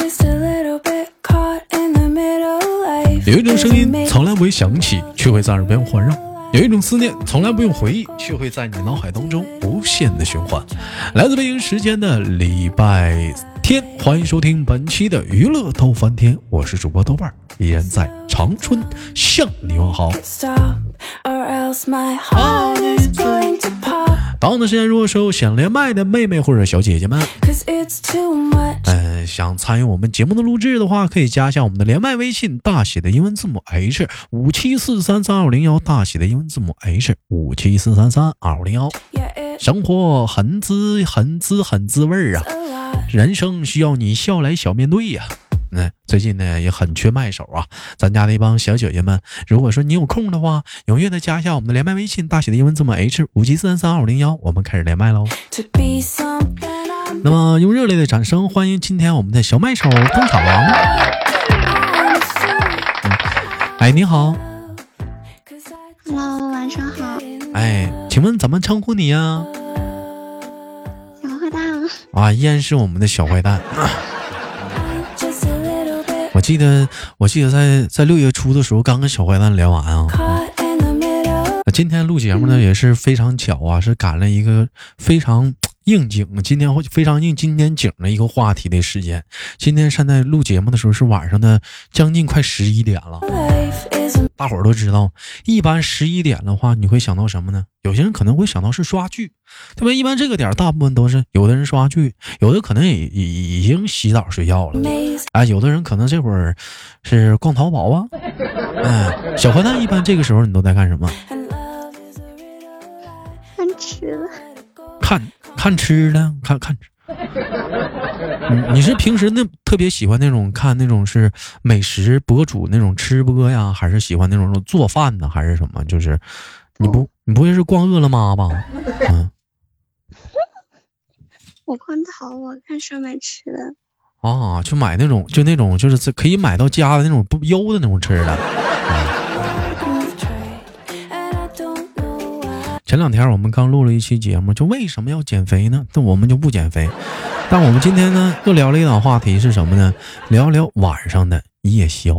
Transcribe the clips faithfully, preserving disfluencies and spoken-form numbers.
有一种声音从来不会响起，却会在耳边环绕；有一种思念从来不用回忆，却会在你脑海当中无限的循环。来自北京时间的礼拜天，欢迎收听本期的娱乐逗翻天，我是主播豆瓣，依然在长春向你问好。到的时间，如果说想连麦的妹妹或者小姐姐们，呃，想参与我们节目的录制的话，可以加一下我们的连麦微信，大写的英文字母 H 五七四三三二五零一，大写的英文字母 H 五七四三三二五零一。生活很滋很滋很滋味啊，人生需要你笑来小面对呀、啊。嗯，最近呢也很缺麦手啊，咱家的一帮小姐姐们，如果说你有空的话，踊跃的加一下我们的连麦微信，大写的英文字母 H 五七四三三二五零一，我们开始连麦喽。那么用热烈的掌声欢迎今天我们的小麦手登场。嗯，哎，你好。 Hello， 晚上好。 哎，请问怎么称呼你呀？ 小坏蛋。 啊，依然是我们的小坏蛋。我记得，我记得在在六月初的时候刚跟小坏蛋聊完啊。嗯、今天录节目呢也是非常巧啊，是赶了一个非常应景，今天会非常应今天景的一个话题的时间。今天现在录节目的时候是晚上的将近快十一点了。大伙儿都知道，一般十一点的话，你会想到什么呢？有些人可能会想到是刷剧，对吧？一般这个点大部分都是有的人刷剧，有的可能也已已经洗澡睡觉了，啊，有的人可能这会儿是逛淘宝啊。嗯，小坏蛋一般这个时候你都在干什么？ 看吃的。 看看吃的，看看。你你是平时那特别喜欢那种看那种是美食博主那种吃播呀，还是喜欢那种做饭呢，还是什么？就是你不你不会是逛饿了么吧？嗯， 我逛淘宝看上面吃的啊，就买那种就那种就是可以买到家的那种不优的那种吃的。嗯前两天我们刚录了一期节目，就为什么要减肥呢？那我们就不减肥。但我们今天呢又聊了一档话题是什么呢？聊聊晚上的夜宵。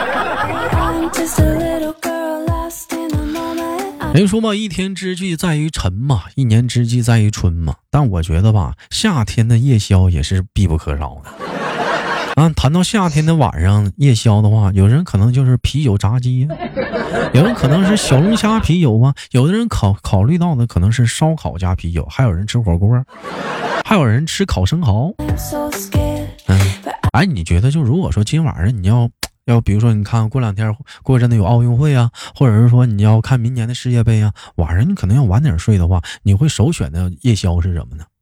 人说嘛，一天之计在于晨嘛，一年之计在于春嘛。但我觉得吧，夏天的夜宵也是必不可少的。啊，谈到夏天的晚上夜宵的话，有人可能就是啤酒炸鸡啊，有人可能是小龙虾啤酒啊，有的人考考虑到的可能是烧烤加啤酒，还有人吃火锅，还有人吃烤生蚝。嗯，哎，你觉得就如果说今晚上你要要比如说你看过两天过阵子有奥运会啊，或者是说你要看明年的世界杯啊，晚上你可能要晚点睡的话，你会首选的夜宵是什么呢？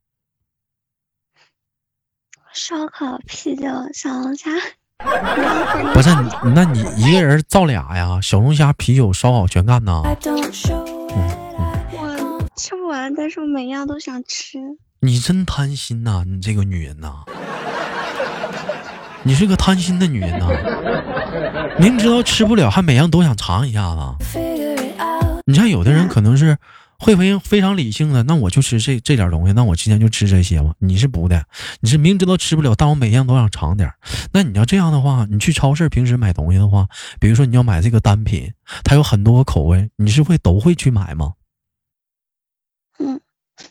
烧烤、啤酒、小龙虾。 不是，那你一个人造俩呀？小龙虾、啤酒、烧烤全干呐？嗯嗯、我吃不完，但是我每样都想吃。 你真贪心呐、啊！你这个女人呐、啊，你是个贪心的女人呐、啊！明知道吃不了，还每样都想尝一下子。你看有的人可能是会非常非常理性的，那我就吃这这点东西，那我今天就吃这些嘛。你是不的，你是明知道吃不了，但我每样都想尝点。那你要这样的话，你去超市平时买东西的话，比如说你要买这个单品，它有很多个口味，你是会都会去买吗？ 嗯，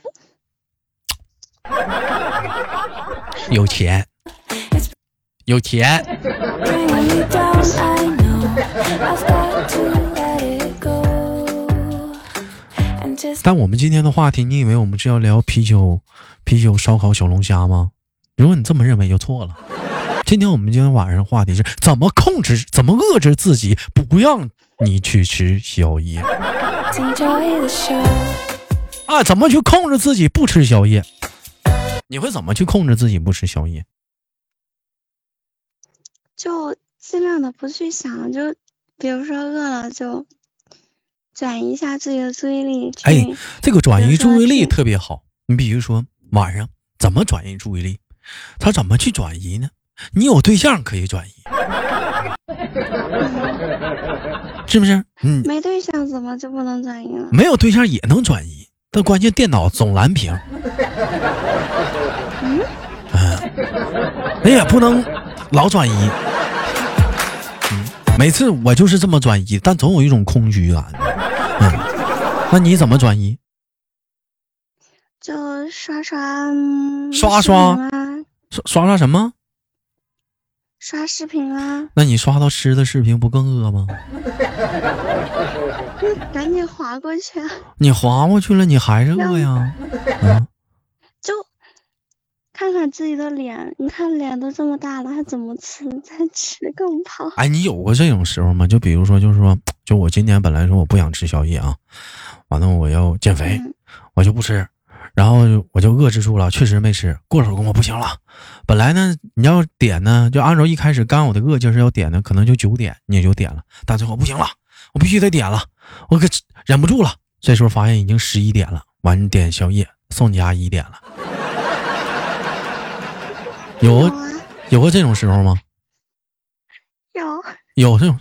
有钱，有钱。但我们今天的话题，你以为我们是要聊啤酒、啤酒、烧烤、小龙虾吗？如果你这么认为就错了。今天我们今天晚上的话题是怎么控制、怎么遏制自己，不让你去吃宵夜。啊，怎么去控制自己不吃宵夜？你会怎么去控制自己不吃宵夜？ 就尽量的不去想，就比如说饿了就转移一下自己的注意力。 哎，这个转移注意力特别好。你比如说晚上怎么转移注意力？他怎么去转移呢？你有对象可以转移，是不是？嗯， 没对象怎么就不能转移了？ 没有对象也能转移，但关键电脑总蓝屏。 嗯， 嗯，那也不能老转移。嗯，每次我就是这么转移，但总有一种空虚感。嗯，那你怎么转移？ 就刷刷、 嗯、刷刷刷刷刷什么？ 刷视频啊。 那你刷到吃的视频不更饿吗？ 赶紧滑过去。 你滑过去了，你还是饿呀？嗯， 就看看自己的脸，你看脸都这么大了，还怎么吃？再吃更胖。 哎，你有过这种时候吗？就比如说，就是说，就我今年本来说我不想吃宵夜啊，完了我要减肥，嗯、我就不吃。然后我就遏制住了，确实没吃。过会儿功夫不行了，本来呢你要点呢，就按照一开始刚我的饿劲是要点的，可能就九点你也就点了，但最后不行了，我必须得点了，我可忍不住了。这时候发现已经十一点了，完点宵夜送你家一点了。有有过这种时候吗？ 有有这种。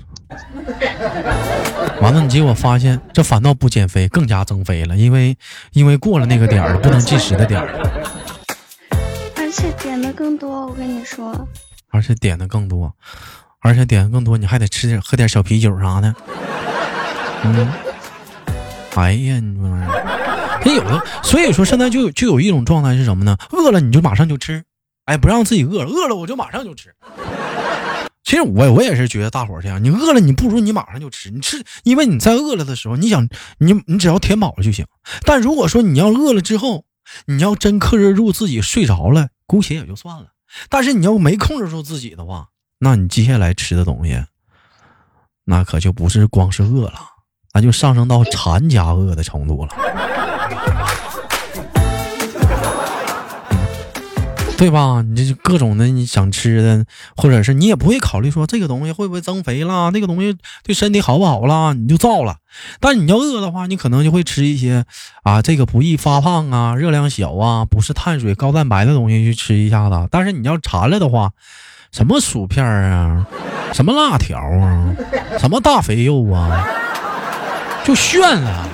完了，你结果发现这反倒不减肥，更加增肥了，因为因为过了那个点儿了，不能计时的点儿， 而且点的更多。我跟你说， 而且点的更多，而且点的更多，你还得吃点喝点小啤酒啥的。嗯，哎呀，你妈呀，这有的，所以说现在就就有一种状态是什么呢？饿了你就马上就吃，哎，不让自己饿了，饿了我就马上就吃。其实我我也是觉得大伙儿这样，你饿了你不如你马上就吃，你吃，因为你在饿了的时候，你想你你只要填饱了就行。但如果说你要饿了之后，你要真克制住自己睡着了，姑且也就算了。但是你要没控制住自己的话，那你接下来吃的东西，那可就不是光是饿了，那就上升到馋加饿的程度了。对吧？你这各种的你想吃的，或者是你也不会考虑说这个东西会不会增肥啦，那个东西对身体好不好啦，你就造了。但你要饿的话，你可能就会吃一些啊，这个不易发胖啊，热量小啊，不是碳水高蛋白的东西去吃一下子。但是你要馋了的话，什么薯片啊，什么辣条啊，什么大肥肉啊，就炫了。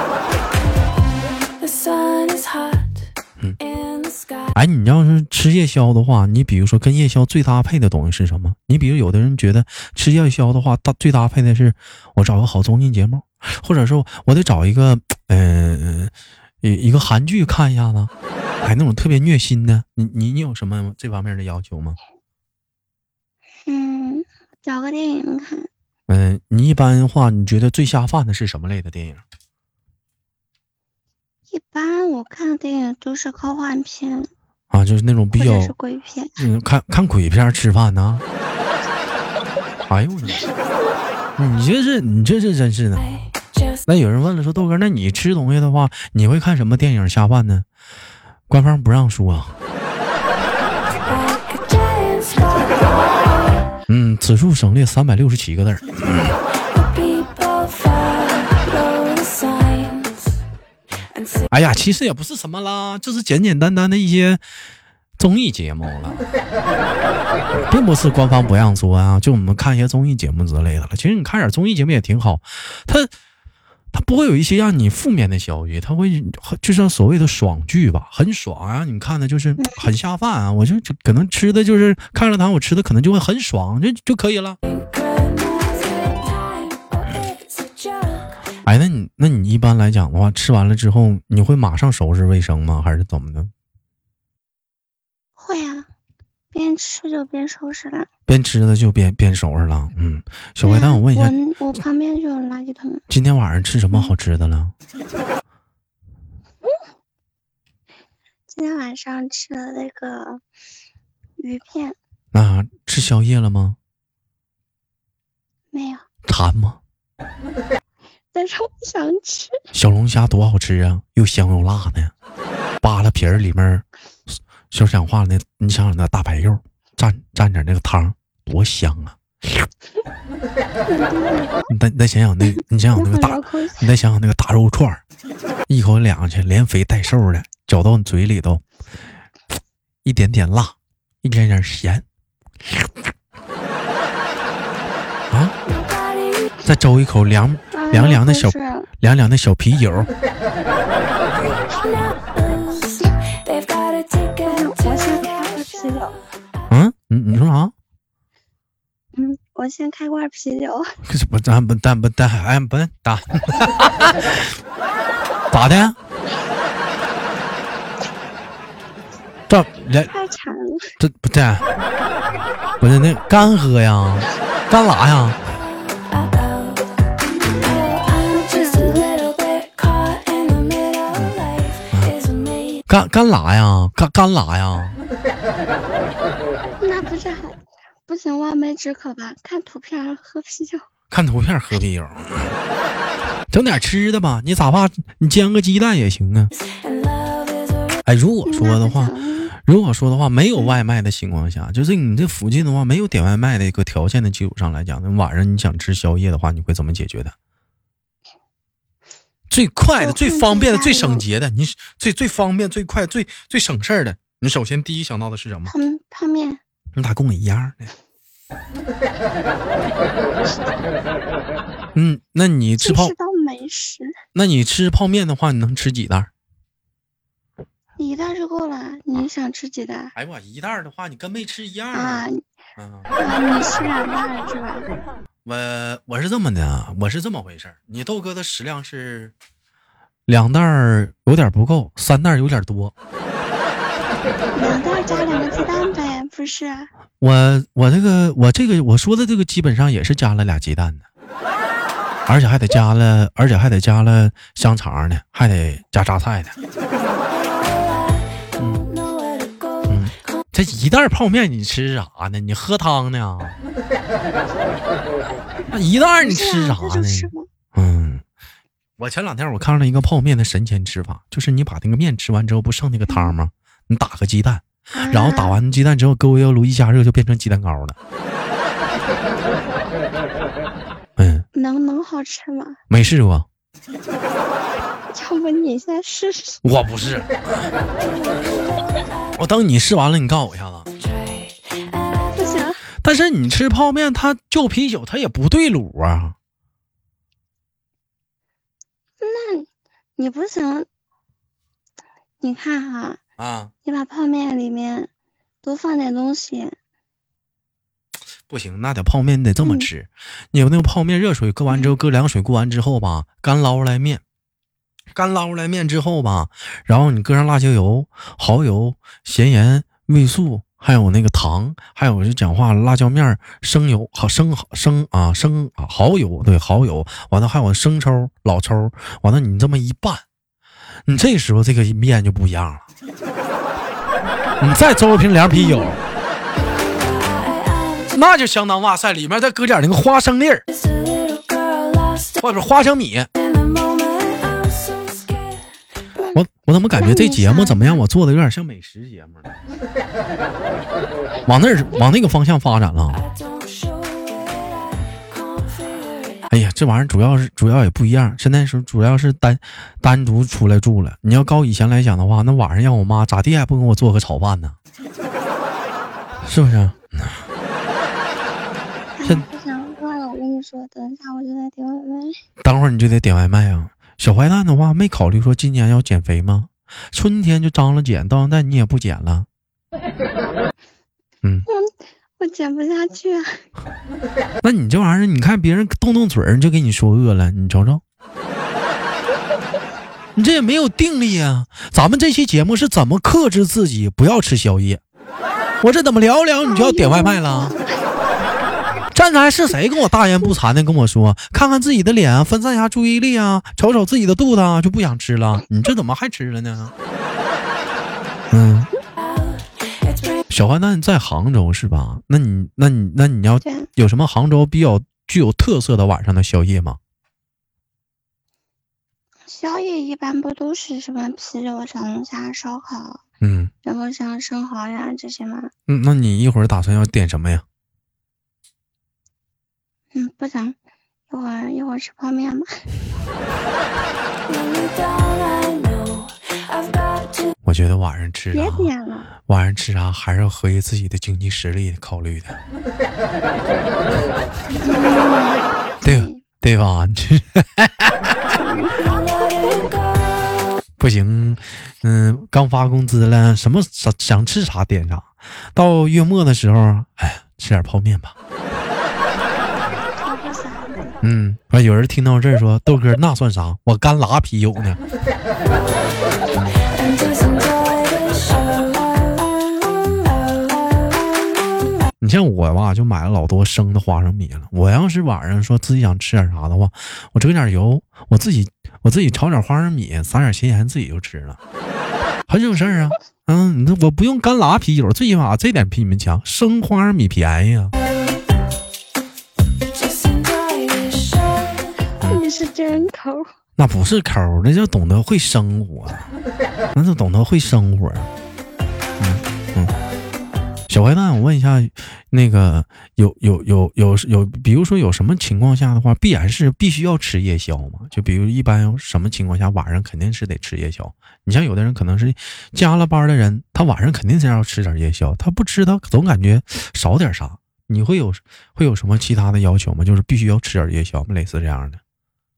嗯。哎，你要是吃夜宵的话，你比如说跟夜宵最搭配的东西是什么？你比如有的人觉得吃夜宵的话，搭最搭配的是我找个好综艺节目，或者说我得找一个呃一个韩剧看一下子，哎，那种特别虐心的。你你你有什么这方面的要求吗？ 嗯，找个电影看。 嗯、呃，你一般的话，你觉得最下饭的是什么类的电影？ 一般我看的电影都是科幻片啊，就是那种比较是鬼片。 嗯，看看鬼片吃饭呢？哎呦我的妈！你这是你这是真是的。那有人问了说，豆哥，那你吃东西的话，你会看什么电影下饭呢？官方不让说啊。嗯，此处省略三百六十七个字儿。哎呀，其实也不是什么啦，就是简简单单的一些综艺节目了，并不是官方不让说啊，就我们看一些综艺节目之类的了。其实你看点综艺节目也挺好，它它不会有一些让你负面的消息，它会就像所谓的爽剧吧，很爽啊，你看的就是很下饭啊，我就可能吃的就是看了它，我吃的可能就会很爽，就就可以了。哎，那你那你一般来讲的话，吃完了之后，你会马上收拾卫生吗？还是怎么的？ 会啊，边吃就边收拾了。 边吃的就边边收拾了。嗯，小坏蛋，我问一下， 我我旁边就有垃圾桶。 今天晚上吃什么好吃的了？ 今天晚上吃了那个鱼片。 那吃宵夜了吗？ 没有。 馋吗？ 但是我想吃。 小龙虾多好吃啊，又香又辣的，扒拉皮儿里面，就讲话那，你想想那大白肉，蘸蘸点那个汤，多香啊！你再再想想那，你想想那个大，你再想想那个大肉串，一口两去，连肥带瘦的，嚼到你嘴里头，一点点辣，一点点咸，啊！再周一口凉。凉凉的小凉凉的小啤酒。 酒。 嗯，你你说啥？ 嗯，我先开罐啤酒。 可是不但不但不但哎不打咋的？这来太馋了。 这不对，不是那干喝呀，干拉呀？干干拉呀，干干拉呀？ 那不是还不行，望梅止渴吧？看图片喝啤酒。 看图片喝啤酒，整点吃的吧。你咋怕？你煎个鸡蛋也行啊。哎，如果说的话，如果说的话，没有外卖的情况下，就是你这附近的话没有点外卖的一个条件的基础上来讲，那晚上你想吃宵夜的话，你会怎么解决的？最快的、最方便的、最省节的，你最最方便、最快、最最省事儿的，你首先第一想到的是什么？ 泡泡面。 你咋跟我一样呢？嗯，那你吃泡， 吃到美食。 那你吃泡面的话，你能吃几袋？ 一袋就够了。你想吃几袋？ 哎我一袋的话，你跟没吃一样啊。 啊， 啊你吃两袋是吧？ 我我是这么的，我是这么回事儿。你豆哥的食量是两袋有点不够，三袋有点多。 两袋加两个鸡蛋呗，不是？ 我我这个我这个我说的这个基本上也是加了俩鸡蛋的，而且还得加了，而且还得加了香肠呢，还得加榨菜的。嗯嗯，这一袋泡面你吃啥呢？你喝汤呢？那一袋你吃啥呢？嗯，我前两天我看了一个泡面的神仙吃法，就是你把那个面吃完之后，不剩那个汤吗？你打个鸡蛋，然后打完鸡蛋之后，搁微波炉一加热，就变成鸡蛋糕了。嗯， 能能好吃吗？ 没试过。 要不你先试试？ 我不是，我等你试完了，你告诉我一下子。 不行。 但是你吃泡面，它就啤酒，它也不对卤啊。 那你不行。你看哈。 啊， 你把泡面里面多放点东西。 不行，那得泡面得这么吃。嗯、你有那个泡面热水搁完之后，搁凉水过完之后吧，干捞出来面，干捞出来面之后吧，然后你搁上辣椒油、蚝油、咸盐、味素，还有那个糖，还有就讲话辣椒面、生油、好生生啊生啊蚝油，对蚝油，完了还有生抽、老抽，完了你这么一拌。你这时候这个面就不一样了，你再周一瓶凉啤酒，那就相当哇塞，里面再搁点那个花生粒儿，或者花生米。我我怎么感觉这节目怎么样？我做的有点像美食节目了，往那儿往那个方向发展了。哎呀，这玩意儿主要是主要也不一样，现在是主要是单单独出来住了。你要高以前来讲的话，那晚上让我妈咋地还不给我做个炒饭呢？是不是？ 现不想饿了，我跟你说，等一下我就在点外卖。 等会儿你就得点外卖啊！小坏蛋的话，没考虑说今年要减肥吗？春天就张了减，到现在你也不减了。嗯。 我减不下去啊。 那你这玩意儿，你看别人动动嘴儿就给你说饿了，你瞅瞅，你这也没有定力啊。咱们这期节目是怎么克制自己不要吃宵夜？我这怎么聊聊你就要点外卖了？站着还是谁跟我大言不惭的跟我说，看看自己的脸啊，分散一下注意力啊，瞅瞅自己的肚子啊，就不想吃了。你这怎么还吃了呢？嗯。小坏蛋在杭州是吧？那你那你那你要有什么杭州比较具有特色的晚上的宵夜吗？ 宵夜一般不都是什么啤酒、小龙虾、烧烤， 嗯， 然后像生蚝呀这些吗？ 嗯，那你一会儿打算要点什么呀？ 嗯，不想，一会儿一会儿吃泡面吧。 我觉得晚上吃啥， 别点了， 晚上吃啥还是要合计自己的经济实力考虑的，对对吧？不不行，嗯，刚发工资了，什么想想吃啥点啥。到月末的时候，哎，吃点泡面吧。嗯，啊，有人听到这儿说，豆哥那算啥？我干拉啤酒呢。你像我吧，就买了老多生的花生米了。我要是晚上说自己想吃点啥的话，我整点油，我自己我自己炒点花生米，撒点咸盐，自己就吃了，很省事儿啊。嗯，你我不用干拉啤酒，最起码这点比你们强。生花生米便宜啊。 你是真抠， 那不是抠，那叫懂得会生活，那是懂得会生活。嗯嗯。小坏蛋，我问一下，那个有有有有有，比如说有什么情况下的话，必然是必须要吃夜宵吗？就比如一般什么情况下晚上肯定是得吃夜宵？你像有的人可能是加了班的人，他晚上肯定是要吃点夜宵，他不吃他总感觉少点啥。你会有会有什么其他的要求吗？就是必须要吃点夜宵吗？类似这样的？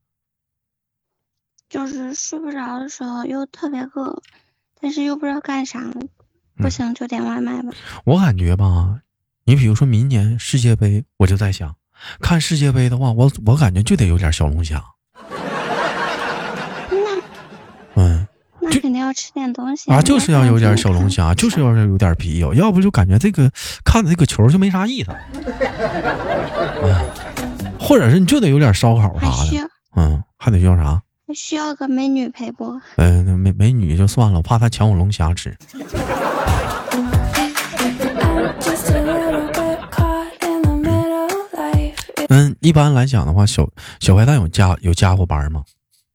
就是睡不着的时候又特别饿，但是又不知道干啥。不行就点外卖吧。 我感觉吧，你比如说明年世界杯，我就在想，看世界杯的话，我我感觉就得有点小龙虾。 那， 嗯， 那肯定要吃点东西啊，就是要有点小龙虾，就是要有点啤酒，要不就感觉这个看这个球就没啥意思。嗯，或者是你就得有点烧烤啥的，嗯，还得要啥？ 需要个美女陪播。 嗯、呃，美美女就算了，我怕她抢我龙虾吃。嗯，一般来讲的话，小小坏蛋有加有加过班吗？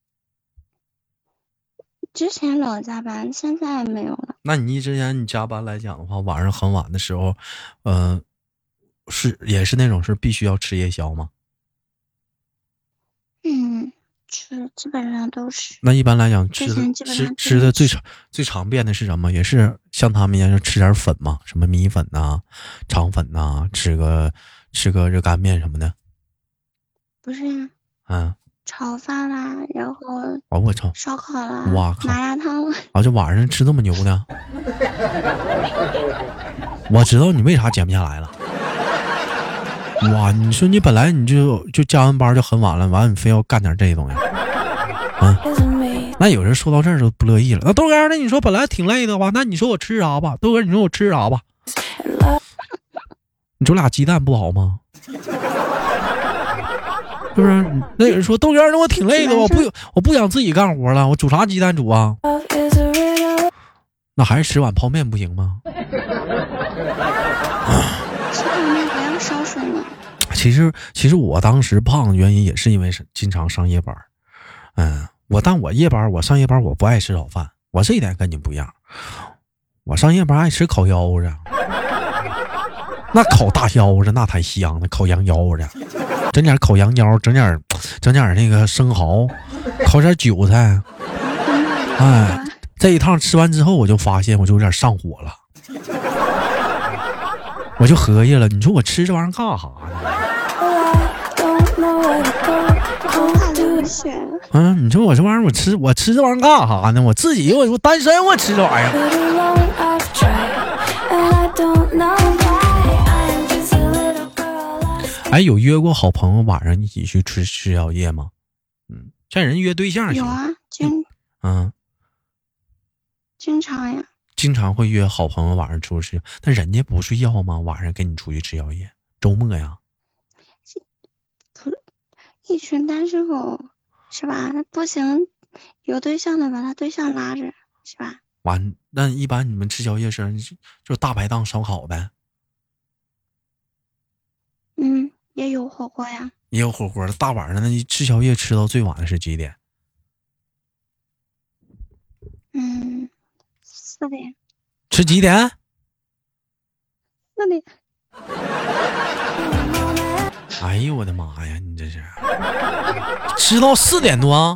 之前老加班，现在没有了。 那你之前你加班来讲的话，晚上很晚的时候，呃，是也是那种是必须要吃夜宵吗？ 嗯，吃基本上都吃。 那一般来讲，吃的吃吃的最常最常变的是什么？也是像他们一样，就吃点粉嘛，什么米粉呐、啊、肠粉呐、啊，吃个吃个热干面什么的。 不是呀、 啊，嗯， 炒饭啦，然后哦我操， 烧烤啦， 哇靠， 麻辣烫啦。 啊，这晚上吃这么牛呢？我知道你为啥减不下来了。哇，你说你本来你就就加完班就很晚了，完了你非要干点这些东西，啊？那有人说到这儿就不乐意了。那豆哥，那你说本来挺累的话，那你说我吃啥吧？豆哥，你说我吃啥吧？你煮俩鸡蛋不好吗？是不是？那有人说豆哥，那我挺累的，我不我不想自己干活了，我煮啥鸡蛋煮啊？那还是吃碗泡面不行吗？ 吃泡面不要烧水吗？ 其实，其实我当时胖的原因也是因为是经常上夜班。嗯，我但我夜班，我上夜班我不爱吃早饭，我这一点跟你不一样。我上夜班爱吃烤腰子，那烤大腰子那太香了，烤羊腰子，整点烤羊腰，整点整点那个生蚝，烤点韭菜。哎，这一趟吃完之后，我就发现我就有点上火了。我就合计了，你说我吃这玩意儿干啥呢？嗯，你说我这玩意儿，我吃我吃这玩意儿干啥呢？我自己我我单身，我吃这玩意儿。哎，有约过好朋友晚上一起去吃吃宵夜吗？嗯，像人约对象有啊，经嗯， 经常呀。 经常会约好朋友晚上出去吃，但人家不睡觉吗？晚上跟你出去吃宵夜，周末呀？ 一群单身狗是吧？不行，有对象的把他对象拉着是吧？ 完，那一般你们吃宵夜是就大排档烧烤呗？ 嗯，也有火锅呀。 也有火锅的。大晚上的你吃宵夜吃到最晚的是几点？ 嗯。四点。 吃几点？ 四点。 哎呦我的妈呀！你这是吃到四点多？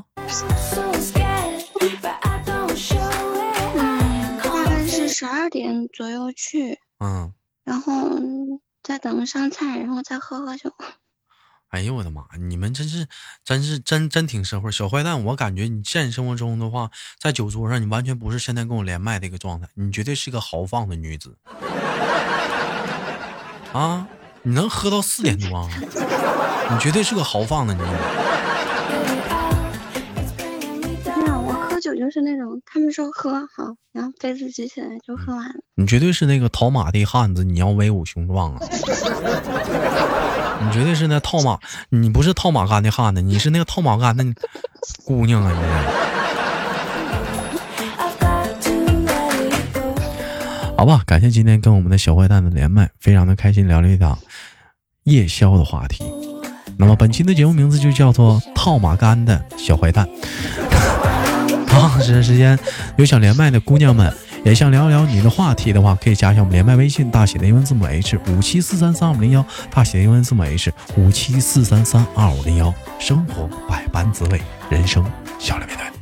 嗯，大概是十二点左右去。 嗯， 然后再等上菜，然后再喝喝酒。 哎呦我的妈！你们真是，真是真真挺社会。小坏蛋，我感觉你现实生活中的话，在酒桌上，你完全不是现在跟我连麦的一个状态，你绝对是个豪放的女子啊！你能喝到四点多啊？你绝对是个豪放的女子。 那我喝酒就是那种，他们说喝好，然后杯子举起来就喝完了。 你绝对是那个套马的汉子，你要威武雄壮啊！你绝对是那套马，你不是套马杆的汉子，你是那个套马杆的姑娘啊！你好吧，感谢今天跟我们的小坏蛋的连麦，非常的开心，聊了一档夜宵的话题。那么本期的节目名字就叫做套马杆的小坏蛋。好，这时间有想连麦的姑娘们，也想聊聊你的话题的话，可以加一下我们连麦微信，大写的英文字母 H 五七四三三二五零幺，大写的英文字母 H 五七四三三二五零幺。生活百般滋味，人生笑脸面对。